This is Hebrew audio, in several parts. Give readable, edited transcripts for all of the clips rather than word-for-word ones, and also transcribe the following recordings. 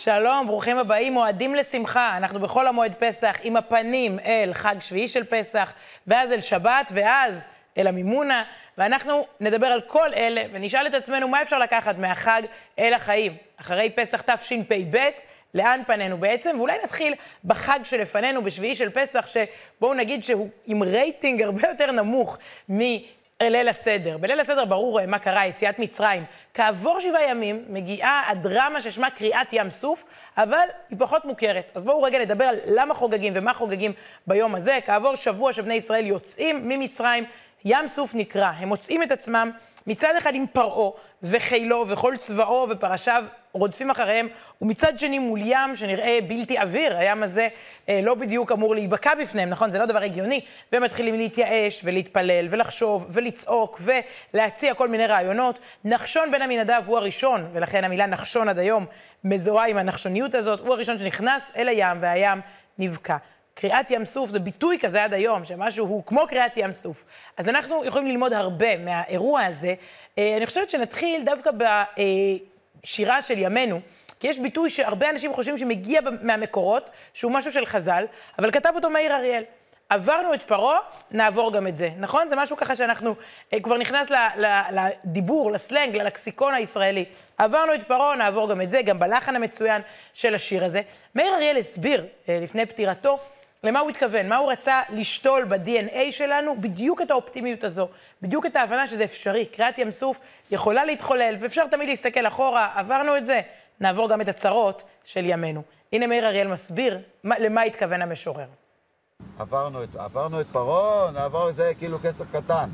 שלום, ברוכים הבאים, מועדים לשמחה. אנחנו בכל המועד פסח עם הפנים אל חג שביעי של פסח, ואז אל שבת, ואז אל המימונה, ואנחנו נדבר על כל אלה, ונשאל את עצמנו מה אפשר לקחת מהחג אל החיים. אחרי פסח תשפ"ב, לאן פנינו בעצם? ואולי נתחיל בחג שלפנינו, בשביעי של פסח, שבואו נגיד שהוא עם רייטינג הרבה יותר נמוך ליל הסדר. בליל הסדר ברור מה קרה, יציאת מצרים. כעבור 7 ימים מגיעה הדרמה ששמה קריאת ים סוף, אבל היא פחות מוכרת. אז בואו רגע נדבר על למה חוגגים ומה חוגגים ביום הזה. כעבור שבוע שבני ישראל יוצאים ממצרים, ים סוף נקרא. הם מוצאים את עצמם מצד אחד עם פרעה וחילו וכל צבאו ופרשיו רודפים אחריהם, ומצד שני מול ים שנראה בלתי עביר. הים הזה לא בדיוק אמור להיבקע בפניהם, נכון? זה לא דבר הגיוני. והם מתחילים להתייאש ולהתפלל ולחשוב ולצעוק ולהציע כל מיני רעיונות. נחשון בן עמינדב הוא הראשון, ולכן המילה נחשון עד היום מזוהה עם הנחשוניות הזאת. הוא הראשון שנכנס אל הים והים נבקע. קריאת ים סוף זה ביטוי כזה עד היום, שמשהו הוא כמו קריאת ים סוף. אז אנחנו יכולים ללמוד הרבה מהאירוע הזה. אני חושבת שנתחיל דווקא בשירה של ימינו, כי יש ביטוי שהרבה אנשים חושבים שמגיע מהמקורות, שהוא משהו של חז"ל, אבל כתב אותו מאיר אריאל. עברנו את פרעה, נעבור גם את זה. נכון? זה משהו ככה שאנחנו כבר נכנס לדיבור, לסלנג, ללקסיקון הישראלי. עברנו את פרעה, נעבור גם את זה, גם בלחן המצוין של השיר הזה. מאיר אריאל הסביר לפני פטירתו, למה הוא התכוון, מה הוא רצה לשתול ב-DNA שלנו, בדיוק את האופטימיות הזו, בדיוק את ההבנה שזה אפשרי. קריאת ים סוף יכולה להתחולל, ואפשר תמיד להסתכל אחורה, עברנו את זה, נעבור גם את הצרות של ימינו. הנה מאיר אריאל מסביר למה התכוון המשורר. עברנו את פרעה, נעבור את זה כאילו כסף קטן.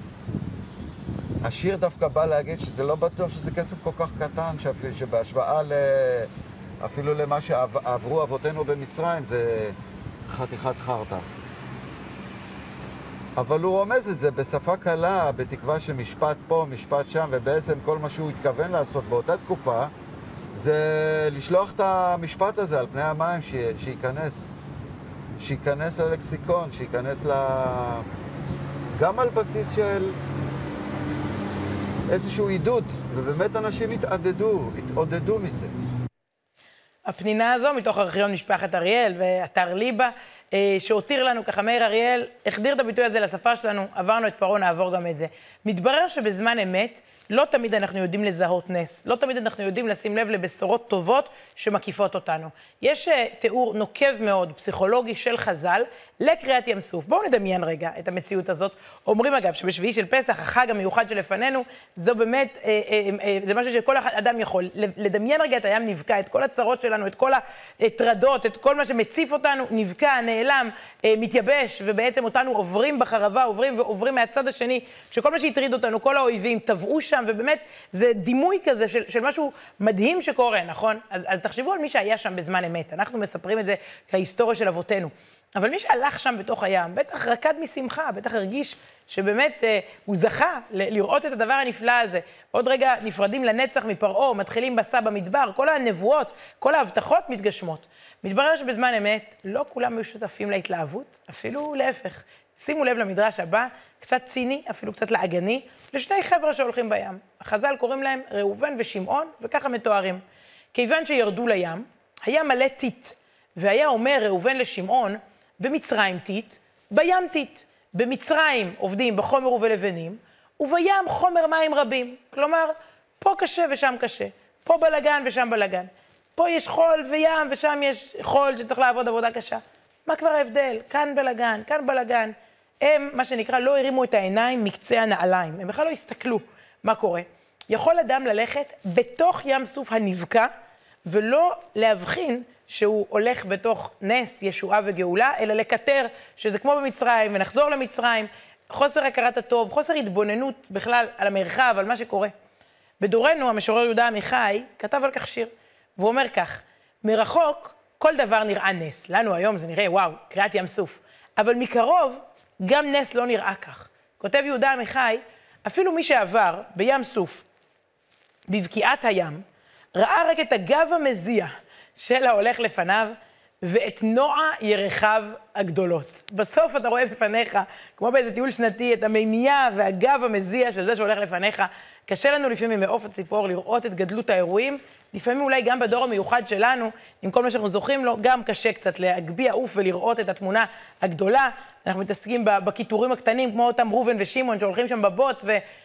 השיר דווקא בא להגיד שזה לא בטוח שזה כסף כל כך קטן, שבהשוואה אפילו למה שעברו אבותינו במצרים, זה חתיכת חרטה. אבל הוא רומז את זה בשפה קלה, בתקווה שמשפט פה, משפט שם, ובעצם כל מה שהוא התכוון לעשות באותה תקופה, זה לשלוח את המשפט הזה על פני המים, שייכנס ללקסיקון, שייכנס גם על בסיס של איזשהו עידוד, ובאמת אנשים התעודדו מזה. הפנינה הזו מתוך ארכיון משפחת אריאל ואתר ליבה, שהותיר לנו ככה מאיר אריאל, החדיר את הביטוי הזה לשפה שלנו, עברנו את פרעה, נעבור גם את זה. מתברר שבזמן אמת, לא תמיד אנחנו יודעים לזהות נס, לא תמיד אנחנו יודעים לשים לב לבשורות טובות שמקיפות אותנו. יש תיאור נוקב מאוד, פסיכולוגי של חז"ל, לקריאת ים סוף. בואו נדמיין רגע את המציאות הזאת. אומרים אגב שבשביעי של פסח, החג המיוחד שלפנינו, זו באמת, זה משהו שכל אדם יכול. לדמיין רגע את הים נבקע, את כל הצרות שלנו, את כל הטרדות, את כל מה שמציף אותנו, נבקע, נעלם, מתייבש, ובעצם אותנו עוברים בחרבה, עוברים מהצד השני, שכל מה שהטריד אותנו, כל האויבים, טבעו שם, ובאמת זה דימוי כזה של משהו מדהים שקורה, נכון? אז תחשבו על מי שהיה שם בזמן אמת. אנחנו מספרים את זה כהיסטוריה של אבותינו. אבל מי שהלך שם בתוך הים, בטח רקד משמחה, בטח הרגיש שבאמת הוא זכה לראות את הדבר הנפלא הזה. עוד רגע נפרדים לנצח מפרעה, מתחילים בסע במדבר, כל הנבואות, כל ההבטחות מתגשמות. מתברר שבזמן אמת לא כולם היו שותפים להתלהבות, אפילו להפך. שימו לב למדרש הבא, קצת ציני, אפילו קצת לעגני, לשני חבר'ה שהולכים בים. החז"ל קוראים להם ראובן ושמעון, וככה מתוארים. כיוון שירדו לים, היה מלא טיט, והיה אומר ראובן לשמעון, במצרים טיט, בים טיט. במצרים עובדים בחומר ובלבנים, ובים חומר מים רבים. כלומר, פה קשה ושם קשה, פה בלגן ושם בלגן. פה יש חול וים ושם יש חול שצריך לעבוד עבודה קשה. מה כבר ההבדל? כאן בלגן, כאן בלגן. הם, מה שנקרא, לא הרימו את העיניים מקצה הנעליים. הם בכלל לא הסתכלו מה קורה. יכול אדם ללכת בתוך ים סוף הנבקע, ולא להבחין שהוא הולך בתוך נס, ישועה וגאולה, אלא לקטר שזה כמו במצרים, ונחזור למצרים, חוסר הכרת הטוב, חוסר התבוננות בכלל על המרחב, על מה שקורה. בדורנו, המשורר יהודה עמיחי כתב על כך שיר, והוא אומר כך, מרחוק כל דבר נראה נס. לנו היום זה נראה, וואו, קריאת ים סוף. אבל מקרוב, גם נס לא נראה כך. כותב יהודה עמיחי, אפילו מי שעבר בים סוף, בבקיעת הים, ראה רק את הגב המזיע של ההולך לפניו, ואת נוע ירחיו הגדולות. בסוף אתה רואה בפניך, כמו באיזה טיול שנתי, את המימייה והגב המזיע של זה שהולך לפניך, קשה לנו לפעמים מעוף הציפור לראות את גדלות האירועים, לפעמים אולי גם בדור המיוחד שלנו, עם כל מה שאנחנו זוכים לו, גם קשה קצת להגביה עוף ולראות את התמונה הגדולה. אנחנו מתעסקים בכיתורים הקטנים, כמו אותם ראובן ושמעון, שהולכים שם בבוץ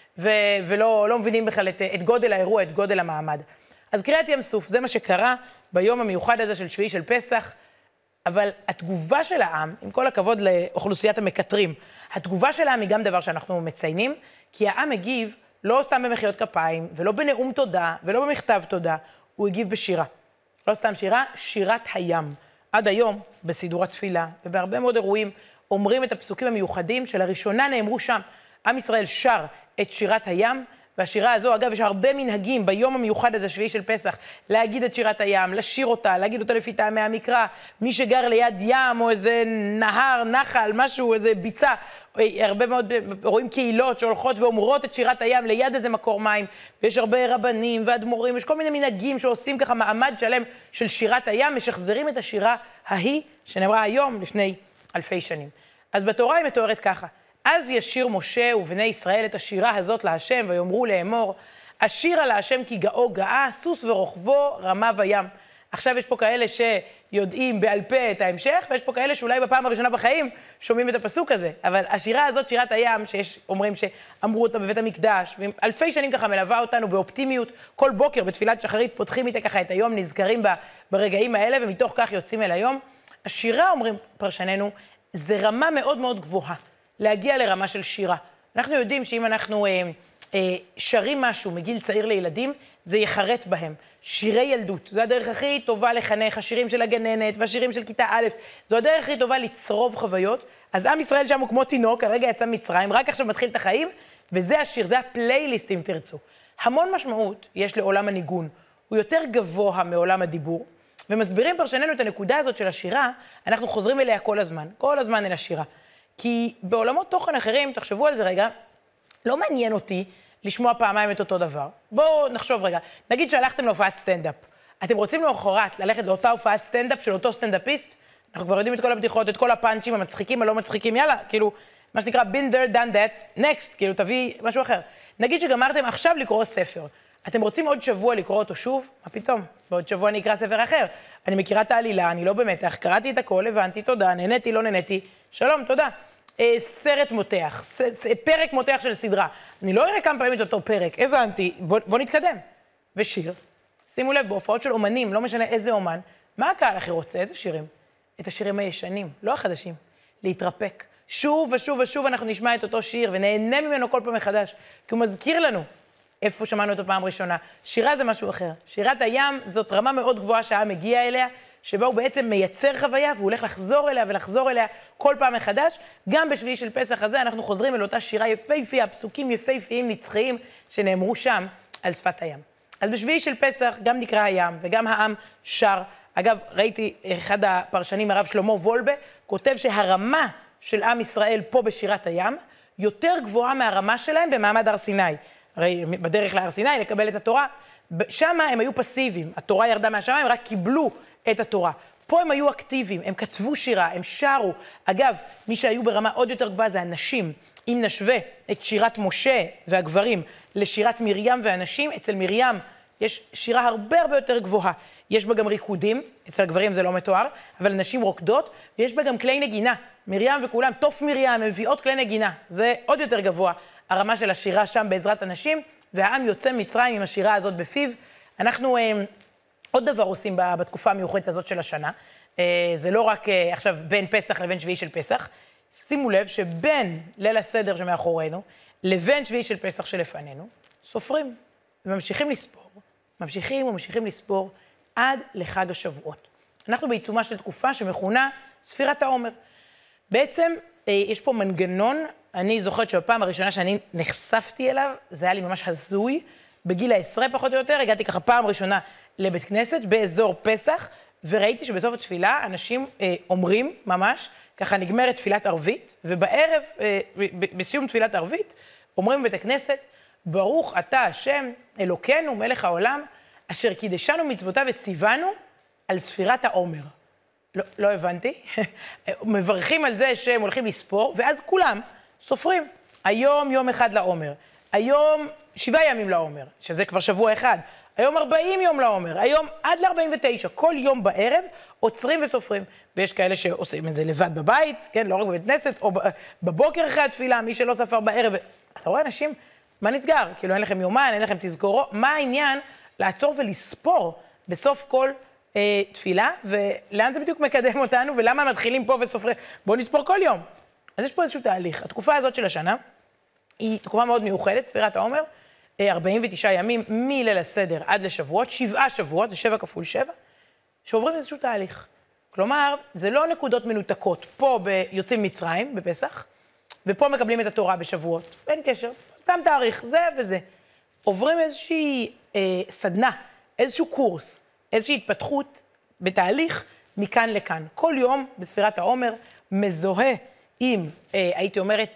ולא מבינים בכלל את גודל האירוע, את גודל המעמד. אז קריעת ים סוף, זה מה שקרה ביום המיוחד הזה של שביעי של פסח, אבל התגובה של העם, עם כל הכבוד לאוכלוסיית המקטרים, התגובה של העם היא גם דבר שאנחנו מציינים, כי העם הגיב לא סתם במחיאות כפיים, ולא בנאום תודה, ולא במכתב תודה, הוא הגיב בשירה. לא סתם שירה, שירת הים. עד היום, בסידור התפילה, ובהרבה מאוד אירועים, אומרים את הפסוקים המיוחדים שלראשונה נאמרו שם. עם ישראל שר את שירת הים, והשירה הזו, אגב, יש הרבה מנהגים ביום המיוחד הזה, שביעי של פסח, להגיד את שירת הים, לשיר אותה, להגיד אותה לפי טעמי המקרא, מי שגר ליד ים, או איזה נהר, נחל, משהו, איזה ביצה, הרבה מאוד רואים קהילות שהולכות ואומרות את שירת הים ליד איזה מקור מים, ויש הרבה רבנים ואדמו"רים, יש כל מיני מנהגים שעושים ככה מעמד שלם של שירת הים, משחזרים את השירה ההיא, שנאמרה היום לפני אלפי שנים. אז בתורה היא מתוארת ככה, אז ישיר משה ובני ישראל את השירה הזאת להשם, ויאמרו לאמור, אשירה להשם כי גאו גאה, סוס ורוכבו רמה וים. עכשיו יש פה כאלה שיודעים בעל פה את ההמשך, ויש פה כאלה שאולי בפעם הראשונה בחיים שומעים את הפסוק הזה. אבל השירה הזאת, שירת הים, שיש אומרים שאמרו אותה בבית המקדש, ואלפי שנים ככה מלווה אותנו באופטימיות, כל בוקר בתפילת שחרית פותחים איתה ככה את היום, נזכרים ברגעים האלה, ומתוך כך יוצאים אל היום. השירה, אומרים פרשננו, זה רמה מאוד מאוד גבוהה. להגיע לרמה של שירה. אנחנו יודעים שאם אנחנו שרים משהו מגיל צעיר לילדים, זה יחרט בהם. שירי ילדות, זו הדרך הכי טובה לחנך, השירים של הגננת והשירים של כיתה א', זו הדרך הכי טובה לצרוב חוויות. אז עם ישראל שם הוא כמו תינוק, הרגע יצא מצרים, רק עכשיו מתחיל את החיים, וזה השיר, זה הפלייליסט אם תרצו. המון משמעות יש לעולם הניגון, הוא יותר גבוה מעולם הדיבור, ומסבירים פרשננו את הנקודה הזאת של השירה, אנחנו חוזרים אליה כל הזמן אל השירה. כי בעולמות תוכן אחרים, תחשבו על זה רגע, לא מעניין אותי לשמוע פעמיים את אותו דבר. בואו נחשוב רגע. נגיד שהלכתם להופעת סטנדאפ. אתם רוצים למחרת ללכת לאותה הופעת סטנדאפ של אותו סטנדאפיסט? אנחנו כבר יודעים את כל הבדיחות, את כל הפאנצ'ים, המצחיקים, הלא מצחיקים, יאללה, כאילו, מה שנקרא, been there, done that, next, כאילו, תביא משהו אחר. נגיד שגמרתם עכשיו לקרוא ספר. אתם רוצים עוד שבוע לקרוא אותו שוב? מה פתאום? בעוד שבוע אני אקרא ספר אחר. אני מכירה את העלילה, אני לא במתח, קראתי את הכל, הבנתי, תודה, נהניתי, לא נהניתי. שלום, תודה. סרט מותח, פרק מותח של סדרה. אני לא אראה כמה פעמים את אותו פרק, הבנתי, בוא נתקדם. ושיר, שימו לב, בהופעות של אומנים, לא משנה איזה אומן, מה הקהל הכי רוצה? איזה שירים? את השירים הישנים, לא החדשים. להתרפק. שוב ושוב ושוב אנחנו נשמע את אותו שיר, ונהנה ממנו כל פעם מחדש, כי הוא מזכיר לנו איפה שמענו אותו פעם ראשונה. שירה זה משהו אחר. שירת הים זאת רמה מאוד גבוהה שהעם מגיע אליה, שבה הוא בעצם מייצר חוויה, והוא הולך לחזור אליה ולחזור אליה כל פעם מחדש. גם בשביעי של פסח הזה אנחנו חוזרים אל אותה שירה יפהפייה, פסוקים יפהפיים נצחיים שנאמרו שם על שפת הים. אז בשביעי של פסח גם נקרא הים וגם העם שר. אגב, ראיתי אחד הפרשנים, הרב שלמה וולבה, כותב שהרמה של עם ישראל פה בשירת הים יותר גבוהה מהרמה שלהם במעמד הר סיני. הרי בדרך להר סיני לקבל את התורה, שם הם היו פסיביים, התורה ירדה מהשמיים, רק קיבלו את התורה. פה הם היו אקטיביים, הם כתבו שירה, הם שרו. אגב, מי שהיו ברמה עוד יותר גבוהה זה הנשים. אם נשווה את שירת משה והגברים לשירת מרים והנשים, אצל מרים יש שירה הרבה יותר גבוהה. יש בה גם ריקודים, אצל הגברים זה לא מתואר, אבל נשים רוקדות, ויש בה גם כלי נגינה. מרים וכולם, תוף מרים, הם מביאות כלי נגינה. זה עוד יותר גבוה, הרמה של השירה שם בעזרת הנשים, והעם יוצא מצרים עם השירה הזאת בפיו. אנחנו עוד דבר עושים בתקופה המיוחדת הזאת של השנה. זה לא רק עכשיו בין פסח לבין שביעי של פסח. שימו לב שבין ליל הסדר שמאחורינו, לבין שביעי של פסח שלפנינו, סופרים וממשיכים לספור, ממשיכים לספור עד לחג השבועות. אנחנו בעיצומה של תקופה שמכונה ספירת העומר. בעצם יש פה מנגנון, אני זוכרת שבפעם הראשונה שאני נחשפתי אליו, זה היה לי ממש הזוי, בגיל העשרה פחות או יותר, הגעתי ככה פעם ראשונה לבית כנסת באזור פסח, וראיתי שבסוף התפילה אנשים אומרים ממש, ככה נגמרת תפילת ערבית, ובערב, בסיום תפילת ערבית, אומרים בבית הכנסת, ברוך אתה השם, אלוקינו, מלך העולם, אשר קידשנו מצוותיו וציוונו על ספירת העומר. לא הבנתי. מברכים על זה שהם הולכים לספור, ואז כולם סופרים. היום יום אחד לעומר. היום 7 ימים לעומר, שזה כבר שבוע אחד. היום 40 יום לעומר, היום עד ל-49, כל יום בערב עוצרים וסופרים. ויש כאלה שעושים את זה לבד בבית, כן, לא רק בבית כנסת, או בבוקר אחרי התפילה, מי שלא ספר בערב. אתה רואה אנשים, מה נסגר? כאילו אין לכם יומן, אין לכם תזכורו. מה העניין לעצור ולספור בסוף כל תפילה, ולאן זה בדיוק מקדם אותנו, ולמה מתחילים פה וסופרים? בואו נספור כל יום. אז יש פה איזשהו תהליך. התקופה הזאת של השנה היא תקופה מאוד מיוחדת, ספירת העומר, 49 ימים מליל הסדר עד לשבועות, 7 שבועות, זה 7 כפול 7, שעוברים איזשהו תהליך. כלומר, זה לא נקודות מנותקות. פה יוצאים מצרים, בפסח, ופה מקבלים את התורה בשבועות. אין קשר, סתם תאריך, זה וזה. עוברים איזושהי סדנה, איזשהו קורס, איזושהי התפתחות בתהליך מכאן לכאן. כל יום בספירת העומר מזוהה עם, הייתי אומרת,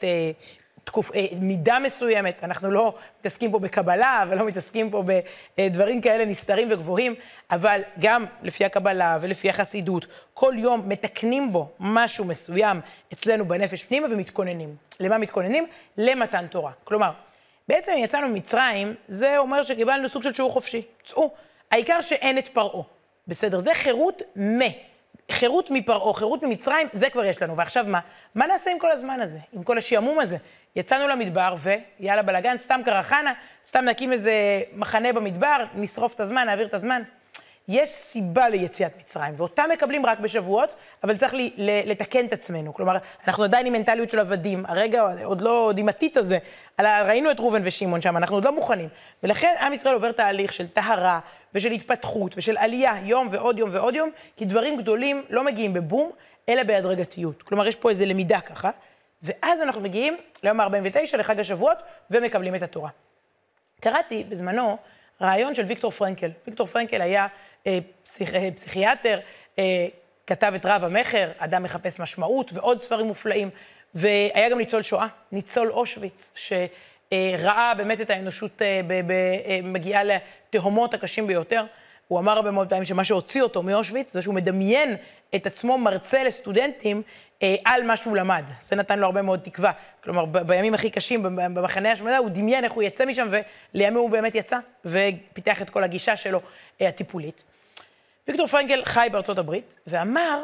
מידה מסוימת. אנחנו לא מתעסקים פה בקבלה, ולא מתעסקים פה בדברים כאלה נסתרים וגבוהים, אבל גם לפי הקבלה ולפי החסידות, כל יום מתקנים בו משהו מסוים אצלנו בנפש פנימה ומתכוננים. למה מתכוננים? למתן תורה. כלומר, בעצם יצאנו ממצרים, זה אומר שקיבלנו סוג של שיעור חופשי. צאו. העיקר שאין את פרעה. בסדר, זה חירות חירות מפרעה, חירות ממצרים, זה כבר יש לנו. ועכשיו מה? מה נעשה עם כל הזמן הזה? עם כל השיעמום הזה? יצאנו למדבר ויאללה בלגן, סתם קרחנה, סתם נקים איזה מחנה במדבר, נשרוף את הזמן, נעביר את הזמן. יש סיבה ליציאת מצרים, ואותה מקבלים רק בשבועות, אבל צריך לתקן את עצמנו. כלומר, אנחנו עדיין עם מנטליות של עבדים, הרגע עוד לא דימתית הזה, ראינו את ראובן ושמעון שם, אנחנו עוד לא מוכנים. ולכן עם ישראל עובר תהליך של טהרה ושל התפתחות ושל עלייה, יום ועוד יום ועוד יום, כי דברים גדולים לא מגיעים בבום, אלא בהדרגתיות. כלומר, יש פה איזו למידה ככה, ואז אנחנו מגיעים ליום ה-49, לחג השבועות, ומקבלים את התורה. קראתי בזמנו רעיון של ויקטור פרנקל. ויקטור פרנקל היה פסיכיאטר, כתב את רב המחר, אדם מחפש משמעות, ועוד ספרים מופלאים, והיה גם ניצול שואה, ניצול אושוויץ, שראה באמת את האנושות מגיעה לתהומות הקשים ביותר. הוא אמר הרבה מאוד פעמים שמה שהוציא אותו מאושוויץ, זה שהוא מדמיין את עצמו מרצה לסטודנטים על מה שהוא למד. זה נתן לו הרבה מאוד תקווה. כלומר, בימים הכי קשים, במחנה השמדה, הוא דמיין איך הוא יצא משם, ולימים הוא באמת יצא, ופיתח את כל הגישה שלו הטיפולית. ויקטור פרנקל חי בארצות הברית, ואמר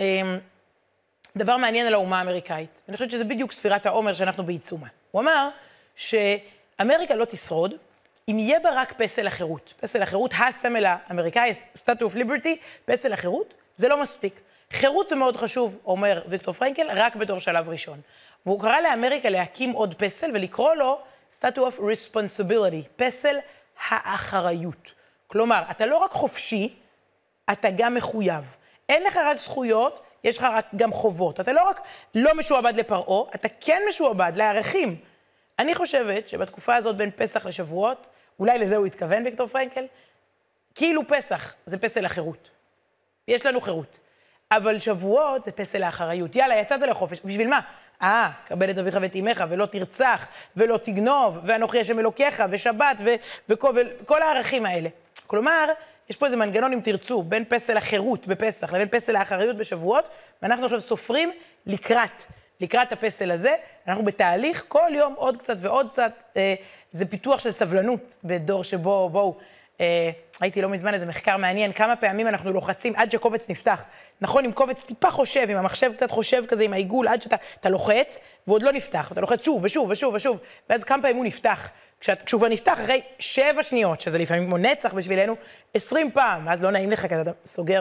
דבר מעניין על האומה האמריקאית. אני חושבת שזה בדיוק ספירת העומר שאנחנו בעיצומה. הוא אמר שאמריקה לא תשרוד, אם יהיה בה רק פסל החירות. פסל החירות, הסמל האמריקאי, Statue of Liberty, פסל החירות, זה לא מספיק. חירות זה מאוד חשוב, אומר ויקטור פרנקל, רק בתור שלב ראשון. והוא קרא לאמריקה להקים עוד פסל ולקרוא לו Statue of Responsibility, פסל האחריות. כלומר, אתה לא רק חופשי, אתה גם מחויב. אין לך רק זכויות, יש לך רק גם חובות. אתה לא רק לא משועבד לפרעה, אתה כן משועבד לערכים. אני חושבת שבתקופה הזאת בין פסח לשבועות, אולי לזה הוא התכוון, ויקטור פרנקל, כאילו פסח זה פסל החירות. יש לנו חירות. אבל שבועות זה פסל האחריות. יאללה, יצאת לחופש. בשביל מה? כבד את אביך ואת אמך, ולא תרצח, ולא תגנוב, ואנוכי השם אלוקיך, ושבת, וכל הערכים האלה. כלומר, יש פה איזה מנגנון, אם תרצו, בין פסל החירות בפסח לבין פסל האחריות בשבועות, ואנחנו עכשיו סופרים לקראת הפסל הזה. אנחנו בתהליך, כל יום עוד קצת ועוד קצת, זה פיתוח של סבלנות בדור שבו, בואו, הייתי לא מזמן איזה מחקר מעניין, כמה פעמים אנחנו לוחצים עד שקובץ נפתח. נכון, אם קובץ טיפה חושב, אם המחשב קצת חושב כזה עם העיגול, עד שאתה לוחץ, ועוד לא נפתח, אתה לוחץ שוב ושוב ושוב ושוב, ואז כמה פעמים הוא נפתח. כשהוא כבר נפתח אחרי 7 שניות, שזה לפעמים כמו נצח בשבילנו, 20 פעם, אז לא נעים לך כזה, אתה סוגר,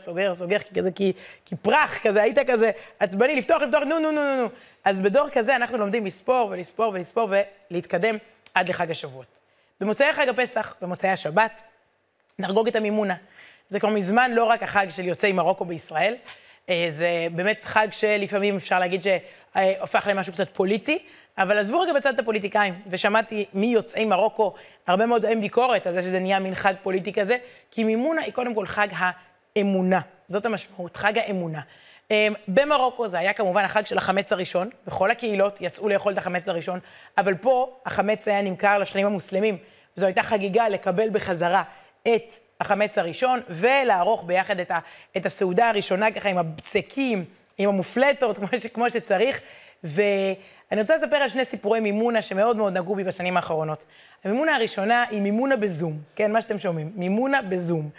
כי פרח כזה, היית כזה, עצבני, לפתוח, נו. אז בדור כזה אנחנו לומדים לספור ולהתקדם עד לחג השבועות. במוצאי חג הפסח, במוצאי השבת, נחגוג את המימונה. זה כבר מזמן לא רק החג של יוצאי מרוקו בישראל, זה באמת חג שלפעמים אפשר להגיד שהופך למשהו קצת פוליטי, אבל עזבו רגע בצד את הפוליטיקאים, ושמעתי מיוצאי מרוקו הרבה מאוד אין ביקורת על זה שזה נהיה מין חג פוליטי כזה, כי מימונה היא קודם כל חג האמונה. זאת המשמעות, חג האמונה. במרוקו זה היה כמובן החג של החמץ הראשון, בכל הקהילות יצאו לאכול את החמץ הראשון, אבל פה החמץ היה נמכר לשכנים המוסלמים, וזו הייתה חגיגה לקבל בחזרה את החמץ הראשון, ולערוך ביחד את הסעודה הראשונה ככה עם הבצקים, עם המופלטות, כמו שצריך, ואני רוצה לספר על שני סיפורי מימונה שמאוד מאוד נגעו בי בשנים האחרונות. המימונה הראשונה היא מימונה בזום, כן, מה שאתם שומעים, מימונה בזום.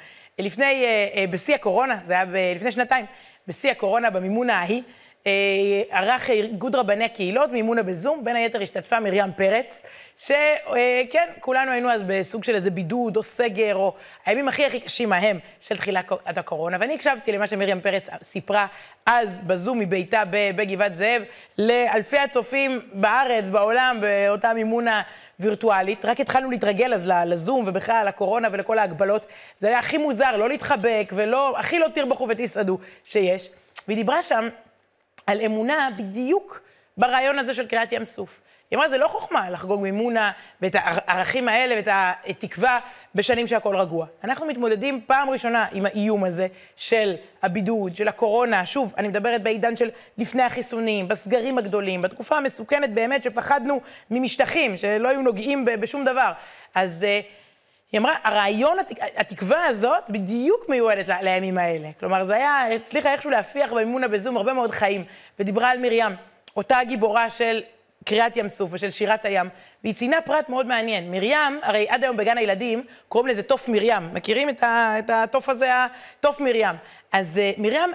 בשיא הקורונה, זה היה לפני שנתיים, בשיא הקורונה במימונה ההיא, ערך איגוד רבני הקהילות מימונה בזום, בין היתר השתתפה מרים פרץ, שכן, כולנו היינו אז בסוג של איזה בידוד או סגר, או הימים הכי קשים ההם של תחילת הקורונה, ואני הקשבתי למה שמרים פרץ סיפרה אז בזום מביתה בגבעת זאב, לאלפי הצופים בארץ, בעולם, באותה מימונה וירטואלית. רק התחלנו להתרגל אז לזום ובכלל לקורונה ולכל ההגבלות. זה היה הכי מוזר, לא להתחבק ולא, הכי לא תרבחו ותסעדו שיש. והיא דיברה שם על אמונה בדיוק ברעיון הזה של קריאת ים סוף. היא אמרה, זה לא חוכמה לחגוג מימונה ואת הערכים האלה ואת התקווה בשנים שהכל רגוע. אנחנו מתמודדים פעם ראשונה עם האיום הזה של הבידוד, של הקורונה. שוב, אני מדברת בעידן של לפני החיסונים, בסגרים הגדולים, בתקופה המסוכנת באמת שפחדנו ממשטחים, שלא היו נוגעים בשום דבר. אז היא אמרה, הרעיון, התקווה הזאת בדיוק מיועדת לימים האלה. כלומר, זה היה, הצליחה איכשהו להפיח במימונה בזום הרבה מאוד חיים, ודיברה על מרים, אותה הגיבורה של קריאת ים סוף ושל שירת הים, והיא ציינה פרט מאוד מעניין. מרים, הרי עד היום בגן הילדים, קוראים לזה תוף מרים. מכירים את התוף הזה, תוף מרים. אז מרים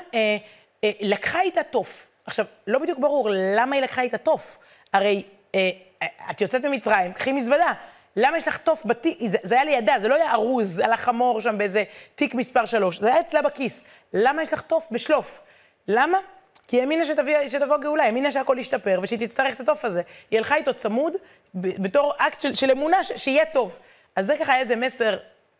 לקחה איתה תוף. עכשיו, לא בדיוק ברור למה היא לקחה איתה תוף. הרי את יוצאת ממצרים, קחי מזוודה. למה יש לך תוף בתיק? זה היה לידה, זה לא היה ארוז על החמור שם באיזה תיק מספר 3. זה היה אצלה בכיס. למה יש לך תוף בשלוף? למה? כי היא האמינה שתבוא גאולה, היא האמינה שהכל ישתפר ושהיא תצטרך את התוף הזה. היא הלכה איתו צמוד בתור אקט של אמונה שיהיה טוב. אז זה ככה היה איזה מסר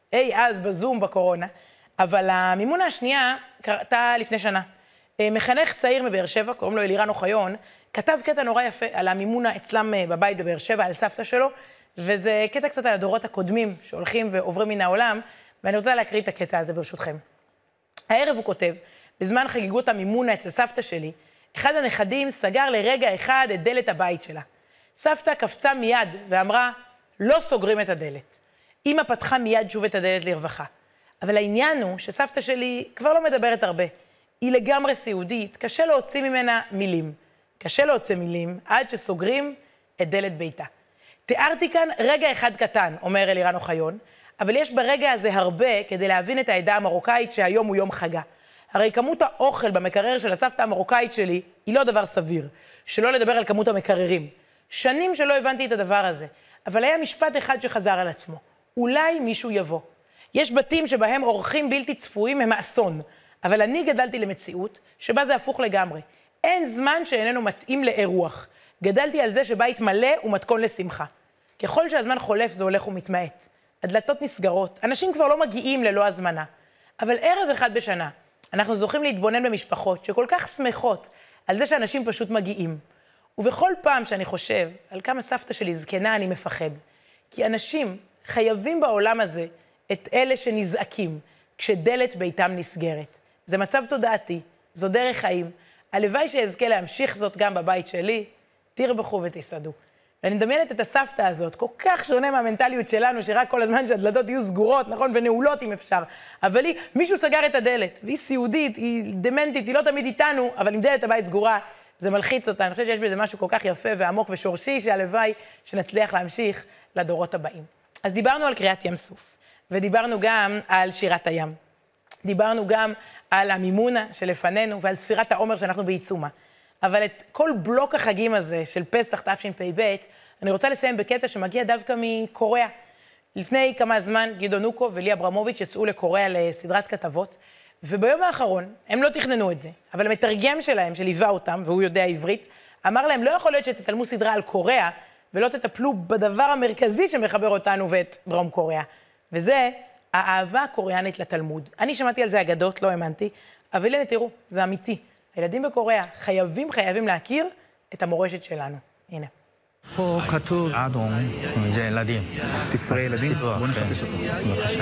אז בזום בקורונה. אבל המימונה השנייה קרתה לפני שנה. מחנך צעיר מבאר שבע, קוראים לו אלירן אוחיון, כתב קטע נורא יפה על המימונה אצלם בבית בבאר שבע, על סבתא שלו, וזה קטע קצת על הדורות הקודמים שהולכים ועוברים מן העולם, ואני רוצה להקריא את הקטע הזה ברשותכם. הערב הוא כותב, בזמן חגיגות המימונה אצל סבתא שלי, אחד הנכדים סגר לרגע אחד את דלת הבית שלה. סבתא קפצה מיד ואמרה, לא סוגרים את הדלת. אמא פתחה מיד שוב את הדלת לרווחה. אבל העניין הוא שסבתא שלי כבר לא מדברת הרבה. היא לגמרי סיעודית, קשה להוציא ממנה מילים. קשה להוציא מילים עד שסוגרים את דלת ביתה. תיארתי כאן רגע אחד קטן, אומר אלירן אוחיון, אבל יש ברגע הזה הרבה כדי להבין את העדה המרוקאית שהיום הוא יום חגה. הרי כמות האוכל במקרר של הסבתא המרוקאית שלי היא לא דבר סביר, שלא לדבר על כמות המקררים. שנים שלא הבנתי את הדבר הזה, אבל היה משפט אחד שחזר על עצמו. אולי מישהו יבוא. יש בתים שבהם אורחים בלתי צפויים הם האסון, אבל אני גדלתי למציאות שבה זה הפוך לגמרי. אין זמן שאיננו מתאים לאירוח. גדלתי על זה שבית מלא הוא מתכון לשמחה. ככל שהזמן חולף זה הולך ומתמעט. הדלתות נסגרות, אנשים כבר לא מגיעים ללא הזמנה. אבל ערב אחד בשנה, אנחנו זוכים להתבונן במשפחות שכל כך שמחות על זה שאנשים פשוט מגיעים. ובכל פעם שאני חושב על כמה סבתא שלי זקנה אני מפחד. כי אנשים חייבים בעולם הזה את אלה שנזעקים כשדלת ביתם נסגרת. זה מצב תודעתי, זו דרך חיים. הלוואי שאזכה להמשיך זאת גם בבית שלי, תרבחו ותסעדו. ואני מדמיינת את הסבתא הזאת, כל כך שונה מהמנטליות שלנו, שרק כל הזמן שהדלתות יהיו סגורות, נכון, ונעולות אם אפשר. אבל מישהו סגר את הדלת, והיא סיעודית, היא דמנטית, היא לא תמיד איתנו, אבל עם דלת הבית סגורה, זה מלחיץ אותה. אני חושבת שיש בזה משהו כל כך יפה ועמוק ושורשי, שהלוואי שנצליח להמשיך לדורות הבאים. אז דיברנו על קריאת ים סוף, ודיברנו גם על שירת הים. דיברנו גם על המימונה שלפנינו, ועל ספירת העומר שאנחנו בעיצומה. אבל את כל בלוק החגים הזה של פסח תשפ"ב, אני רוצה לסיים בקטע שמגיע דווקא מקוריאה. לפני כמה זמן גדעון אוקו ולי אברמוביץ' יצאו לקוריאה לסדרת כתבות, וביום האחרון הם לא תכננו את זה, אבל המתרגם שלהם שליווה אותם, והוא יודע עברית, אמר להם, לא יכול להיות שתצלמו סדרה על קוריאה, ולא תטפלו בדבר המרכזי שמחבר אותנו ואת דרום קוריאה. וזה האהבה הקוריאנית לתלמוד. אני שמעתי על זה אגדות, לא האמנתי, אבל הנה תראו, זה אמיתי. הילדים בקוריאה חייבים להכיר את המורשת שלנו. הנה. פה כתוב אדום, זה ילדים. ספרי ילדים? בוא נחפש אותו. בבקשה.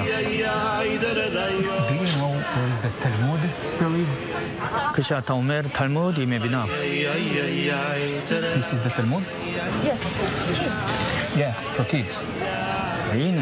Do you know where is the Talmud stories? כשאתה אומר תלמוד, היא מבינה. This is the Talmud? Yes, kids. Yeah, for kids. הנה,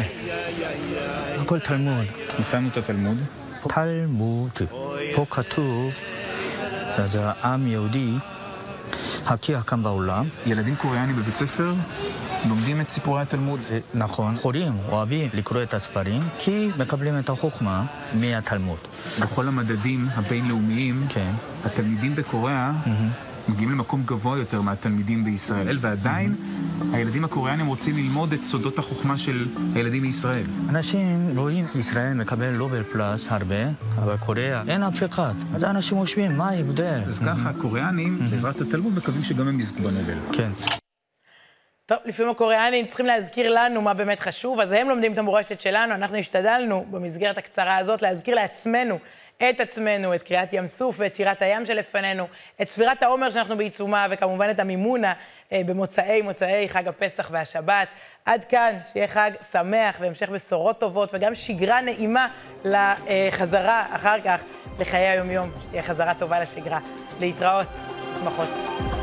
הכל תלמוד. מצאנו את התלמוד. תלמוד. פה כתוב, זה עם יהודי, הכי החכם בעולם. ילדים קוריאנים בבית ספר לומדים את סיפורי התלמוד. נכון, הורים אוהבים לקרוא את הספרים, כי מקבלים את החוכמה מהתלמוד. בכל המדדים הבינלאומיים, כן. התלמידים בקוריאה מגיעים למקום גבוה יותר מהתלמידים בישראל, ועדיין הילדים הקוריאנים רוצים ללמוד את סודות החוכמה של הילדים מישראל. אנשים רואים ישראל מקבל נובל פלאס הרבה, אבל קוריאה אין אף אחד. אז אנשים חושבים, מה ההבדל? אז ככה הקוריאנים, בעזרת התלמוד, מקווים שגם הם יזכו בנובל. כן. טוב, לפעמים הקוריאנים צריכים להזכיר לנו מה באמת חשוב, אז הם לומדים את המורשת שלנו, אנחנו השתדלנו במסגרת הקצרה הזאת להזכיר לעצמנו את עצמנו, את קריאת ים סוף ואת שירת הים שלפנינו, את ספירת העומר שאנחנו בעיצומה, וכמובן את המימונה במוצאי חג הפסח והשבת. עד כאן, שיהיה חג שמח והמשך בשורות טובות, וגם שגרה נעימה לחזרה אחר כך לחיי היום-יום, שתהיה חזרה טובה לשגרה. להתראות, שמחות.